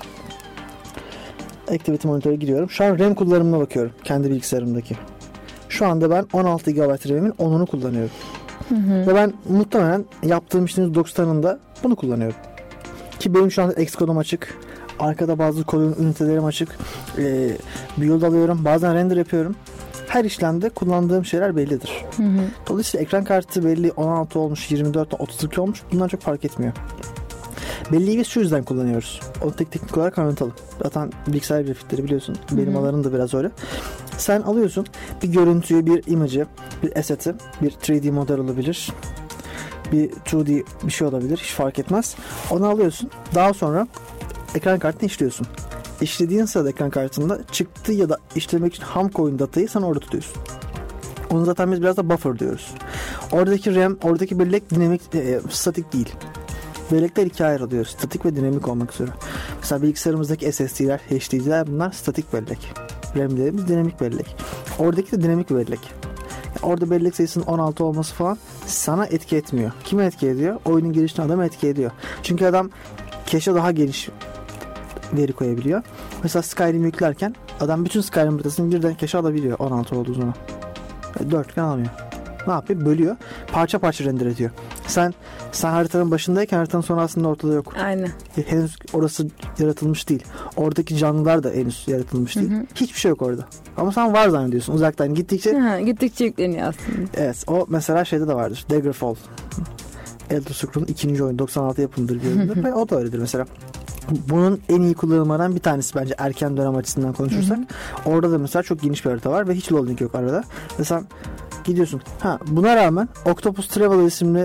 Activity Monitor'a giriyorum. Şu an RAM kullanımına bakıyorum. Kendi bilgisayarımdaki. Şu anda ben on altı gigabayt RAM'in onunu kullanıyorum. Hı hı. Ve ben muhtemelen yaptığım işin doksanında bunu kullanıyorum. Ki benim şu anda Xcode'um açık. Arkada bazı kodun ünitelerim açık. Ee, build alıyorum. Bazen render yapıyorum. Her işlemde kullandığım şeyler bellidir. Hı hı. Dolayısıyla ekran kartı belli on altı olmuş, yirmi dört, otuz iki olmuş. Bunlar çok fark etmiyor. Belliyi biz şu yüzden kullanıyoruz. Onu tek teknik olarak anlatalım. Zaten bilgisayar grafikleri biliyorsun. Benim alanım da biraz öyle. Sen alıyorsun bir görüntüyü, bir imajı, bir asset'i, bir üç D model olabilir. Bir iki D bir şey olabilir. Hiç fark etmez. Onu alıyorsun. Daha sonra ekran kartını işliyorsun. İşlediğin sırada ekran kartında çıktı ya da işlemek için ham koyun datayı sen orada tutuyorsun. Onu zaten biz biraz da buffer diyoruz. Oradaki RAM, oradaki bellek dinamik, e, statik değil. Bellekler ikiye ayrılıyor. Statik ve dinamik olmak üzere. Mesela bilgisayarımızdaki S S D'ler, H D D'ler bunlar statik bellek. RAM'lerimiz dinamik bellek. Oradaki de dinamik bellek. Yani orada bellek sayısının on altı olması falan sana etki etmiyor. Kime etki ediyor? Oyunun gelişine adamı etki ediyor. Çünkü adam cache'e daha geniş veri koyabiliyor. Mesela Skyrim yüklerken adam bütün Skyrim haritasını birden cache'e alabiliyor on altı olduğu zaman. Yani dörtgen alamıyor. Ne yapıyor? Bölüyor. Parça parça render ediyor. Sen sen haritanın başındayken haritanın sonu aslında ortada yok. Aynen. Henüz orası yaratılmış değil. Oradaki canlılar da henüz yaratılmış değil. Hı hı. Hiçbir şey yok orada. Ama sen var zannediyorsun uzaktan gittikçe. Hı, gittikçe yükleniyor aslında. Evet. O mesela şeyde de vardır. Daggerfall. Elder Scrolls'un ikinci oyunu doksan altı yapımıdır bir oyundur. Ve o da öyledir mesela. Bunun en iyi kullanımlarından bir tanesi bence erken dönem açısından konuşursak. Hı hı. Orada da mesela çok geniş bir harita var ve hiç loading yok arada. Mesela gidiyorsun. Ha, buna rağmen Octopus Traveler isimli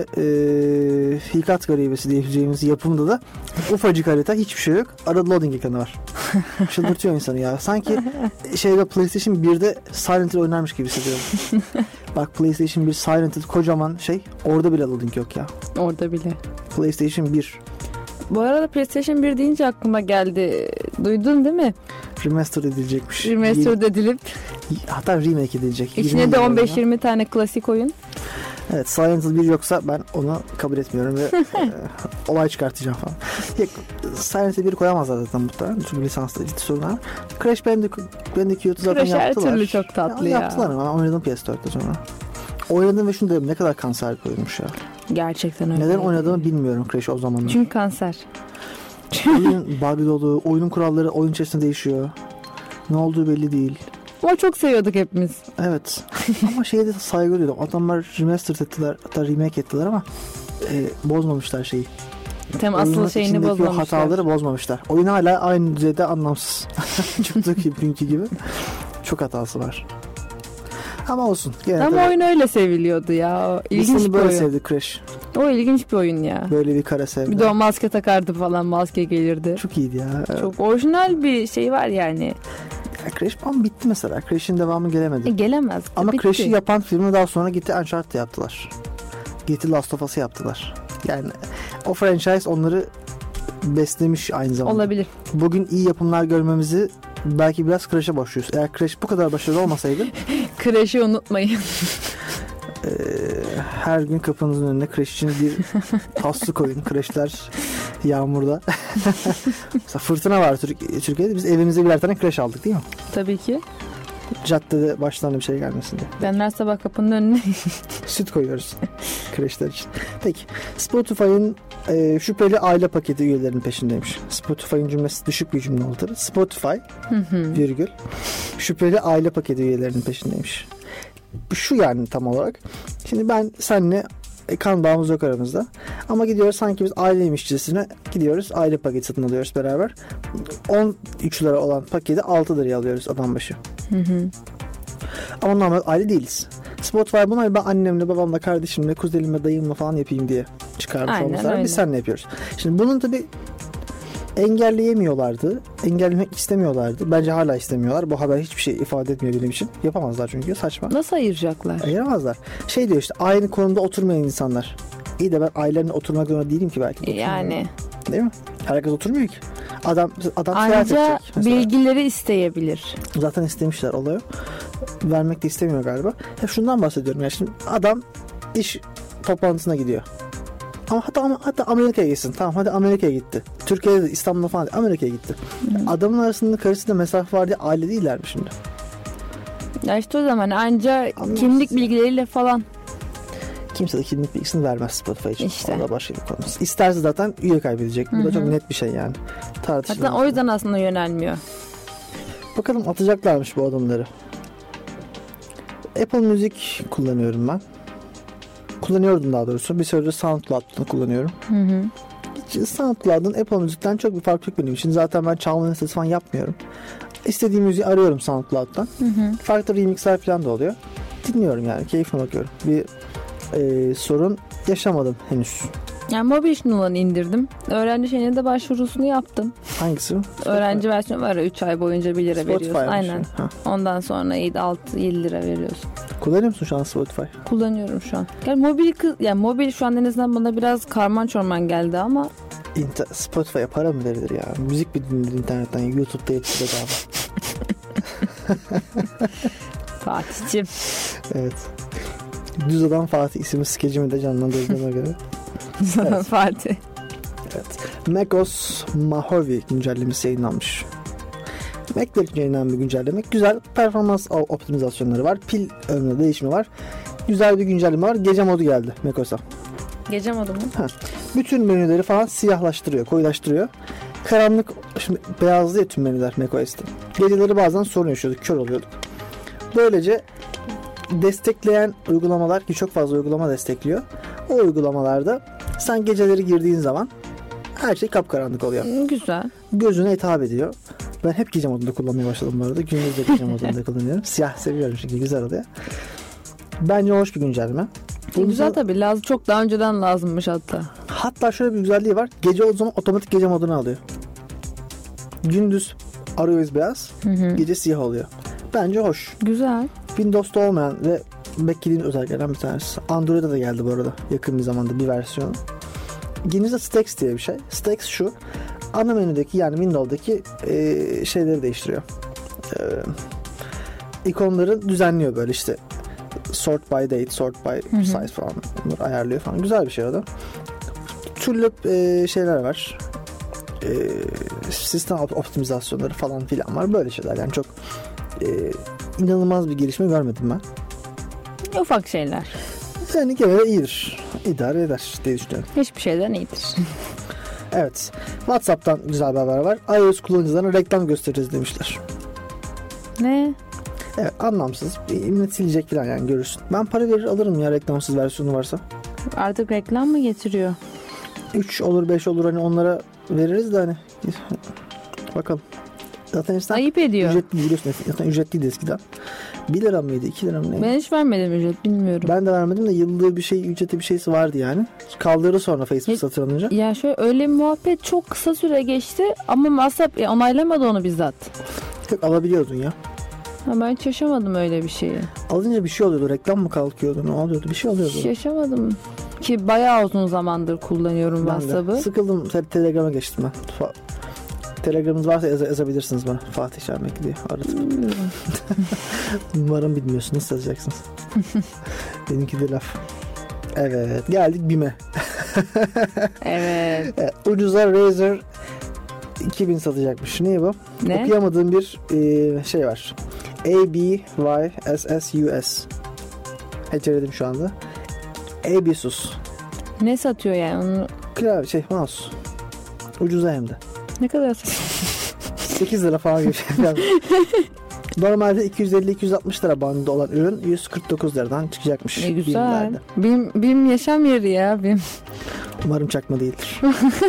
e, hikat garibesi diyebileceğimiz yapımda da ufacık harita, hiçbir şey yok. Arada loading ekranı var. Çıldırtıyor insanı ya. Sanki şeyde PlayStation birde Silent Hill oynarmış gibi hissediyorum. Bak, PlayStation bir Silent Hill kocaman şey. Orada bile loading yok ya. Orada bile. PlayStation bir. Bu arada PlayStation bir deyince aklıma geldi. Duydun değil mi? Remaster edilecekmiş. Remaster edilip. Hatta remake edilecek. İçine de on beş yirmi tane klasik oyun. Evet, Silent Hill bir yoksa ben onu kabul etmiyorum ve e, olay çıkartacağım falan. Silent Hill bir koyamazlar zaten muhtemelen. Çünkü lisansla ciddi sorunlar var. Crash Bandicoot'u zaten Crash yaptılar. Crash her türlü çok tatlı ya. Yaptılar ama oynadım P S dörtte sonra. Oynadım ve şunu dedim, ne kadar kanser bir oyunmuş ya. Gerçekten öyle. Neden oynadığımı bilmiyorum Crash o zamanlar. Çünkü kanser. Oyun bug dolu, oyunun kuralları oyun içerisinde değişiyor. Ne olduğu belli değil. Ama çok seviyorduk hepimiz. Evet. Ama şeye de saygı duyuyordum. Adamlar remaster ettiler, hatta remake ettiler ama e, bozmamışlar şeyi. Tam asıl şeyini bozmamışlar. Hataları bozmamışlar. Oyun hala aynı düzeyde anlamsız. Çıktığı günkü gibi. Çok hatası var. Ama olsun. Ama tabii, oyun öyle seviliyordu ya. İlginç bir böyle oyun. Sevdi Crash. O ilginç bir oyun ya. Böyle bir kara sevdi. Bir de o maske takardı falan, maske gelirdi. Çok iyiydi ya. Evet. Çok orijinal bir şey var yani. Ya Crash falan bitti mesela. Crash'in devamı gelemedi. E, gelemez. Ama bitti. Crash'i yapan filmi daha sonra gitti Uncharted yaptılar. Gitti Last of Us'ı yaptılar. Yani o franchise onları beslemiş aynı zamanda. Olabilir. Bugün iyi yapımlar görmemizi belki biraz Crash'e borçluyuz. Eğer Crash bu kadar başarılı olmasaydı Crash'i unutmayın. e, her gün kapınızın önüne Crash için bir tas su koyun. Crash'ler yağmurda. Mesela fırtına var Türkiye'de. Biz evimize birer tane Crash aldık değil mi? Tabii ki. Caddede başlarına bir şey gelmesin diye. Ben her sabah kapının önüne süt koyuyoruz Crash'ler için. Peki. Spotify'ın e, şüpheli aile paketi üyelerinin peşindeymiş. Spotify'ın cümlesi düşük bir cümle oldu tabii. Spotify virgül şüpheli aile paketi üyelerinin peşindeymiş. Şu yani tam olarak. Şimdi ben seninle e, kan bağımız yok aramızda. Ama gidiyoruz sanki biz aileymişçesine gidiyoruz. Aile paketi satın alıyoruz beraber. on üç lira olan paketi altı liraya alıyoruz adam başı. Hı hı. Ama normal aile değiliz. Spotify bunu ben annemle, babamla, kardeşimle, kuzenimle, dayımla falan yapayım diye çıkarmış olmuşlar. Biz seninle yapıyoruz. Şimdi bunun tabii engelleyemiyorlardı. Engellemek istemiyorlardı. Bence hala istemiyorlar. Bu haber hiçbir şey ifade etmiyor benim için. Yapamazlar çünkü. Saçma. Nasıl ayıracaklar? Ayıramazlar. Şey diyor işte, aynı konumda oturmayan insanlar. İyi de ben ailemle oturmak zorunda değilim ki belki. Yani. Değil mi? Herkes oturmuyor ki. Adam adam seyahat edecek. Anca bilgileri isteyebilir. Zaten istemişler olayı. Vermek de istemiyor galiba. Hep şundan bahsediyorum ya. Şimdi adam iş toplantısına gidiyor. Ama hatta, ama hatta Amerika'ya gitsin. Tamam, hadi Amerika'ya gitti. Türkiye'de de, İstanbul'da falan Amerika'ya gitti. Hmm. Adamın arasında karısıyla mesafe var diye aile değiller mi şimdi? Ya işte o zaman anca anlarsın. Kimlik bilgileriyle falan. Kimse de kimlik bilgisini vermez Spotify için. İşte. O da başka bir konu. İsterse zaten üye kaybedecek. Bu Hı-hı. da çok net bir şey yani. Hatta o yüzden aslında yönelmiyor. Bakalım atacaklarmış bu adımları. Apple Music kullanıyorum ben. Kullanıyordum daha doğrusu. Bir süredir SoundCloud'da kullanıyorum. Hı hı. SoundCloud'un Apple Music'ten çok bir fark yok benim için. Zaten ben çalma listesi falan yapmıyorum. İstediğim müziği arıyorum SoundCloud'dan. Hı hı. Farklı remixler falan da oluyor. Dinliyorum yani. Keyfine bakıyorum. Bir e, sorun yaşamadım henüz. Yani mobil için olanı indirdim. Öğrenci şeyine de başvurusunu yaptım. Hangisi? Öğrenci versiyonu var ya, üç ay boyunca bir lira Spotify veriyorsun. Aynen. Ha. Ondan sonra altı yedi lira veriyorsun. Kullanıyor musun şu an Spotify? Kullanıyorum şu an. Yani mobil, yani mobil şu an en azından bana biraz karman çorman geldi ama İnter- Spotify'a para mı verilir ya? Müzik bir dinlenir internetten. YouTube'da yetişti daha. Fatih'cim. Evet. Düz Adam Fatih isimli skecimi de canlandırdığıma göre. Evet. Fatih. Evet. macOS Mojave güncellemesi yayınlanmış. Mac'ler için yayınlanan bir güncelleme. Güzel performans optimizasyonları var. Pil ömrü değişimi var. Güzel bir güncelleme var. Gece modu geldi macOS'a. Gece modu mu? Ha. Bütün menüleri falan siyahlaştırıyor, koyulaştırıyor. Karanlık, şimdi beyazlı ya tüm menüler macOS'te. Geceleri bazen sorun yaşıyorduk, kör oluyorduk. Böylece destekleyen uygulamalar, ki çok fazla uygulama destekliyor. O uygulamalarda sen geceleri girdiğin zaman Her şey kapkaranlık oluyor. Güzel. Gözüne hitap ediyor. Ben hep gece modunda kullanmaya başladım bu arada. Gündüz de gece modunda kullanıyorum. Siyah seviyorum çünkü güzel oluyor. Bence hoş bir güncelleme. E, güzel tabii. Lazım, çok daha önceden lazımmış hatta. Hatta şöyle bir güzelliği var. Gece olduğu zaman otomatik gece modunu alıyor. Gündüz arayüz beyaz, Hı hı. gece siyah oluyor. Bence hoş. Güzel. Windows'ta olmayan ve beklediğin özelliklerden bir tanesi. Android'e de geldi bu arada yakın bir zamanda bir versiyonu. İkincisi Stacks diye bir şey. Stacks şu. Ana menüdeki yani Windows'daki e, şeyleri değiştiriyor. E, ikonları düzenliyor böyle işte. Sort by date, sort by Hı hı. size falan. Bunları ayarlıyor falan. Güzel bir şey o da. Türlü e, şeyler var. E, sistem optimizasyonları falan filan var. Böyle şeyler yani çok e, inanılmaz bir gelişme görmedim ben. Ufak şeyler. Yani gene de iyidir. İdare eder diye düşünüyorum. Hiçbir şeyden iyidir. Evet. WhatsApp'tan güzel bir haber var. iOS kullanıcılarına reklam göstereceğiz demişler. Ne? Evet, anlamsız. Millet silecek falan yani görürsün. Ben para verir alırım ya reklamsız versiyonu varsa. Artık reklam mı getiriyor? üç olur beş olur hani onlara veririz de hani. Bakalım. Zaten eskiden Ayıp ediyor. ücretli biliyorsun. Zaten ücretliydi eskiden. bir lira mıydı iki lira mı neydi? Ben hiç vermedim ücret, bilmiyorum. Ben de vermedim de yıllığı bir şey ücreti bir şeysi vardı yani. Kaldırdı sonra Facebook Hiç- satın alınca. Ya şöyle öyle bir muhabbet çok kısa süre geçti ama WhatsApp ya, onaylamadı onu bizzat. Tek alabiliyordun ya. Ha, ben hiç yaşamadım öyle bir şeyi. Alınca bir şey oluyordu. Reklam mı kalkıyordu? Ne oluyordu? Bir şey oluyordu. Hiç yaşamadım. Ki bayağı uzun zamandır kullanıyorum Ben de. WhatsApp'ı. Sıkıldım. Te- Telegram'a geçtim ben. Fa- Telegram'ınız varsa yaz- yazabilirsiniz bana. Fatih Şermek diye aratıp. Umarım bilmiyorsunuz. Nasıl yazacaksınız? Benimki de laf. Evet. Geldik BİM'e. Evet. Evet, ucuza Razer iki bin satacakmış. Niye bu? Ne? Okuyamadığım bir e, şey var. A B Y S S U S. Heceledim şu anda. Abisus. Ne satıyor yani? Onu... Klavye şey mouse. Ucuza hem de. Ne kadar satıyor? sekiz lira falan gibi şey. Normalde iki yüz elli iki yüz altmış lira bandında olan ürün yüz kırk dokuz liradan çıkacakmış. Ne güzel. BİM'lerde. Bim, bim yaşam yeri ya. Bim. Umarım çakma değildir.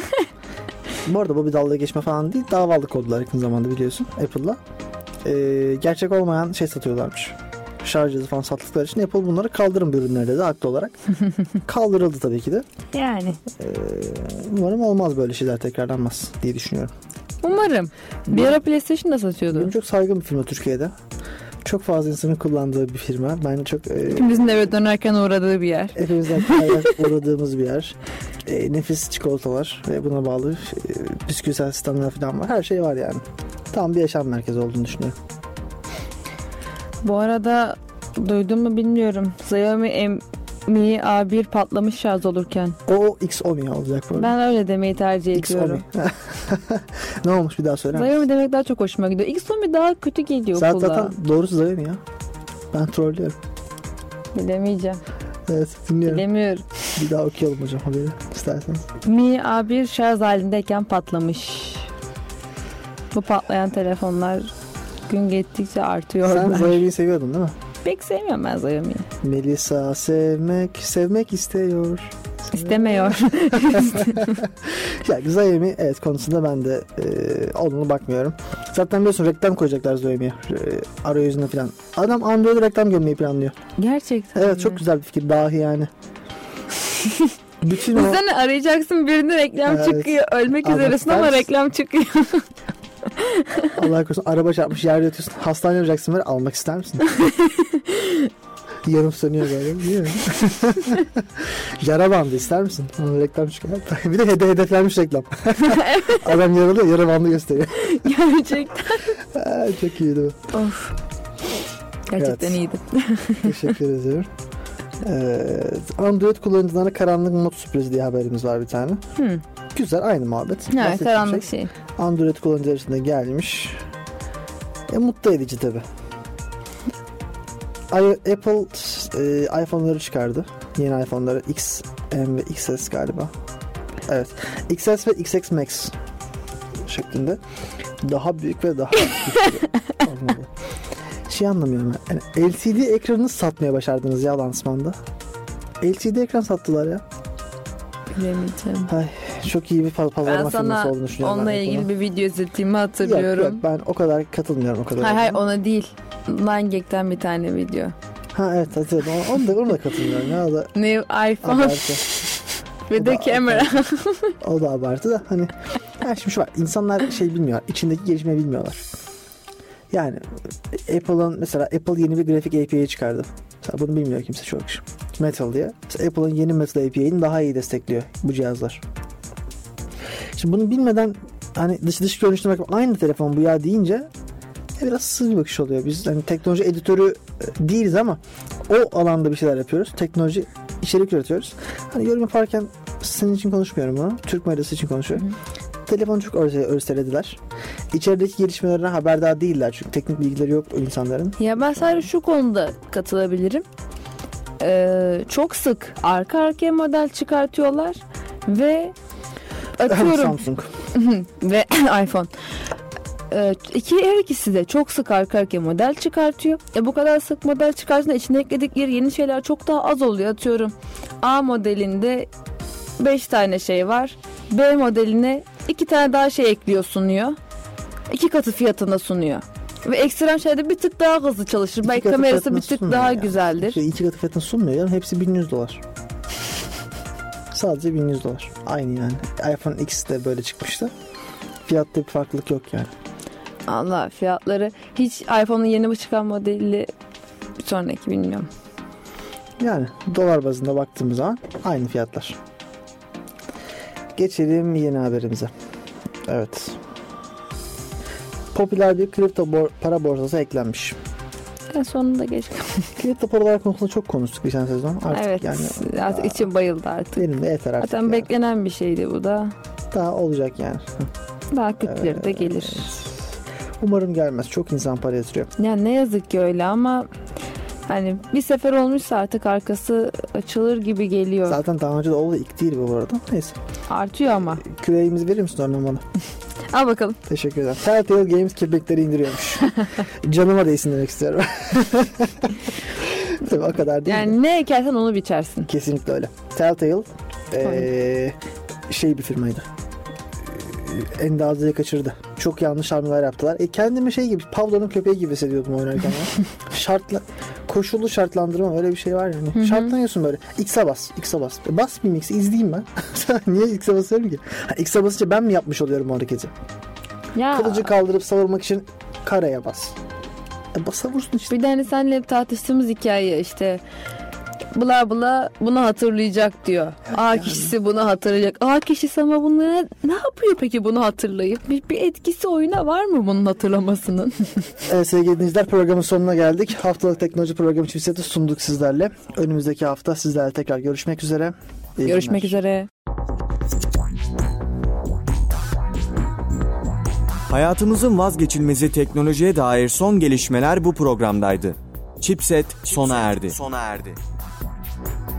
Bu arada bu bir dalga geçme falan değil. Davalık oldular yakın zamanda biliyorsun Apple'la. Ee, gerçek olmayan şey satıyorlarmış. Şarj cihazı falan sattıkları için Apple bunları kaldırın bu ürünlerde de haklı olarak. Kaldırıldı tabii ki de. Yani. Ee, umarım olmaz böyle şeyler tekrarlanmaz diye düşünüyorum. Umarım. Bir ara PlayStation da satıyordu. Benim çok saygın bir firma Türkiye'de. Çok fazla insanın kullandığı bir firma. Ben çok... E, Hepimizin eve dönerken uğradığı bir yer. hepimizden uğradığımız bir yer. E, nefis çikolatalar ve buna bağlı e, bisküvisel sistemler falan var. Her şey var yani. Tam bir yaşam merkezi olduğunu düşünüyorum. Bu arada duydun mu bilmiyorum. Xiaomi Mi A bir patlamış şarj olurken. O X O Mi olacak bu arada. Ben öyle demeyi tercih X O Mi. ediyorum. Ne olmuş bir daha söyler misin? Xiaomi demek daha çok hoşuma gidiyor. Xiaomi daha kötü geliyor Zaten, kulağa. zaten doğrusu Xiaomi ya. Ben trollüyorum. Bilemeyeceğim. Evet dinliyorum. Bilemiyorum. Bir daha okuyalım hocam haberi isterseniz. Mi A bir şarj halindeyken patlamış. Bu patlayan telefonlar gün geçtikçe artıyor. Sen Xiaomi'yi seviyordun değil mi? Pek sevmiyorum ben Xiaomi'yi. Melisa sevmek, sevmek istiyor. İstemiyor. Ya Xiaomi evet konusunda ben de e, olumlu bakmıyorum. Zaten biliyorsun reklam koyacaklar Xiaomi'ye. E, arayüzüne falan. Adam Android'e reklam gömmeyi planlıyor. Gerçekten Evet mi? çok güzel bir fikir. Dahi yani. Bütün o... Sen arayacaksın birine reklam Evet. çıkıyor. Ölmek Almak üzeresin ama ister reklam çıkıyor. Allah korusun araba çarpmış yerde yatıyorsun. Hastaneye olacaksın böyle almak ister misin? Yarım sönüyor böyle değil mi? Yara bandı ister misin? Ona reklam çıkıyor. Bir de hede hedeflenmiş reklam. Adam yaralı yara bandı gösteriyor. Gerçekten. Ha, çok iyiydi bu. Of. Gerçekten Evet. iyiydi. Teşekkür ederim. Ee, Android kullanıcılarına karanlık mod sürprizi diye haberimiz var bir tane. Hmm. Güzel aynı muhabbet. Evet, Basit bir karanlık şey. şey. Android kullanıcılar için de gelmiş. E, mutlu edici tabi. Apple e, iPhone'ları çıkardı. Yeni iPhone'ları X M ve X S galiba. Evet. X S ve X S Max şeklinde. Daha büyük ve daha güçlü. Şey anlamıyorum ben. Yani L C D ekranını satmaya başardınız ya lansmanda. L C D ekran sattılar ya. Bilemeyeceğim. Ay. çok iyi bir paz- Ben pazarlama firması sana olduğunu düşünüyorum. onunla ben ilgili Apple'ın. bir video izlettiğimi hatırlıyorum. Yok yok ben o kadar katılmıyorum o kadar. Hayır hayır ona değil. nine gag'ten bir tane video. Ha evet hatırladım. Onu da, onu da katılmıyorum ya. O da New iPhone abartı. ve de kamera. O da abartı da hani. Ha şimdi şu var. İnsanlar şey bilmiyor. İçindeki gelişmeyi bilmiyorlar. Yani Apple'ın mesela Apple yeni bir grafik A P I çıkardı. Mesela bunu bilmiyor kimse çok kişi. Metal diye. Mesela Apple'ın yeni Metal A P I'ni daha iyi destekliyor bu cihazlar. Şimdi bunu bilmeden hani dış dış görünüşüne bakıp aynı telefon bu ya deyince biraz sığ bir bakış oluyor. Biz hani teknoloji editörü değiliz ama o alanda bir şeyler yapıyoruz. Teknoloji içerik üretiyoruz. Hani yorum yaparken senin için konuşmuyorum bunu. Türk medyası için konuşuyorum. Hı. Telefonu çok örselediler. İçerideki gelişmelerden haberdar değiller. Çünkü teknik bilgileri yok o insanların. Ya ben sadece şu konuda katılabilirim. Ee, çok sık arka arkaya model çıkartıyorlar ve atıyorum Samsung ve iPhone. Ee, iki, her ikisi de çok sık arka arkaya model çıkartıyor. E bu kadar sık model çıkartınca içine ekledikleri yeni şeyler çok daha az oluyor. Atıyorum A modelinde beş tane şey var. B modeline iki tane daha şey ekliyor sunuyor. İki katı fiyatına sunuyor. Ve ekstrem şeyde bir tık daha hızlı çalışır. İki Belki kamerası bir tık daha yani. Güzeldir. İşte iki katı fiyatını sunmuyor. Yani hepsi bin yüz dolar. Sadece bin yüz dolar. Aynı yani. iPhone X de böyle çıkmıştı. Fiyatta bir farklılık yok yani. Allah fiyatları hiç iPhone'un yeni çıkan modeli bir sonraki bilmiyorum. Yani dolar bazında baktığımız zaman aynı fiyatlar. Geçelim yeni haberimize. Evet. Popüler bir kripto bor- para borsası eklenmiş. En sonunda geç. Kripto paralar konusunda çok konuştuk geçen sezon. Artık evet. Yani, artık aa, içim bayıldı artık. Benim de yeter artık. Zaten yani. Beklenen bir şeydi bu da. Daha olacak yani. Daha kötüleri evet, de gelir. Umarım gelmez. Çok insan para yatırıyor. Ya ne yazık ki öyle ama hani bir sefer olmuşsa artık arkası açılır gibi geliyor. Zaten daha önce de oldu. İlk değil bu arada. Neyse. Artıyor ama. Küreğimizi verir misin oradan bana? Al bakalım. Teşekkür ederim. Telltale Games kirpikleri indiriyormuş. Canıma değsin demek istiyorum. Tabii o kadar değil yani mi? ne ekersen onu biçersin. Kesinlikle öyle. Telltale ee, şey bir firmaydı. Endazlı'yı kaçırdı. Çok yanlış hamleler yaptılar. E kendimi şey gibi Pavlov'un köpeği gibi hissediyordum oynarken. Şartla koşullu şartlandırma öyle bir şey var yani. Hı hı. Şartlanıyorsun böyle. X'e bas. X'e bas. E bas bir X'e izleyeyim ben. Niye X'e basıyorum ki? Ha, X'e basınca ben mi yapmış oluyorum o hareketi? Ya. Kılıcı kaldırıp savurmak için kareye bas. E basa vursun işte. Bir de hani senle hep tartıştığımız hikaye işte bla bla bunu hatırlayacak diyor. Evet, A yani. Kişisi bunu hatırlayacak. A kişisi ama bunu ne, ne yapıyor peki bunu hatırlayıp? Bir, bir etkisi oyuna var mı bunun hatırlamasının? Evet sevgili dinleyiciler programın sonuna geldik. Haftalık teknoloji programı çiftiyeti sunduk sizlerle. Önümüzdeki hafta sizlerle tekrar görüşmek üzere. İyi görüşmek günler. Üzere. Hayatımızın vazgeçilmezi teknolojiye dair son gelişmeler bu programdaydı. Chipset sona erdi. Sona erdi.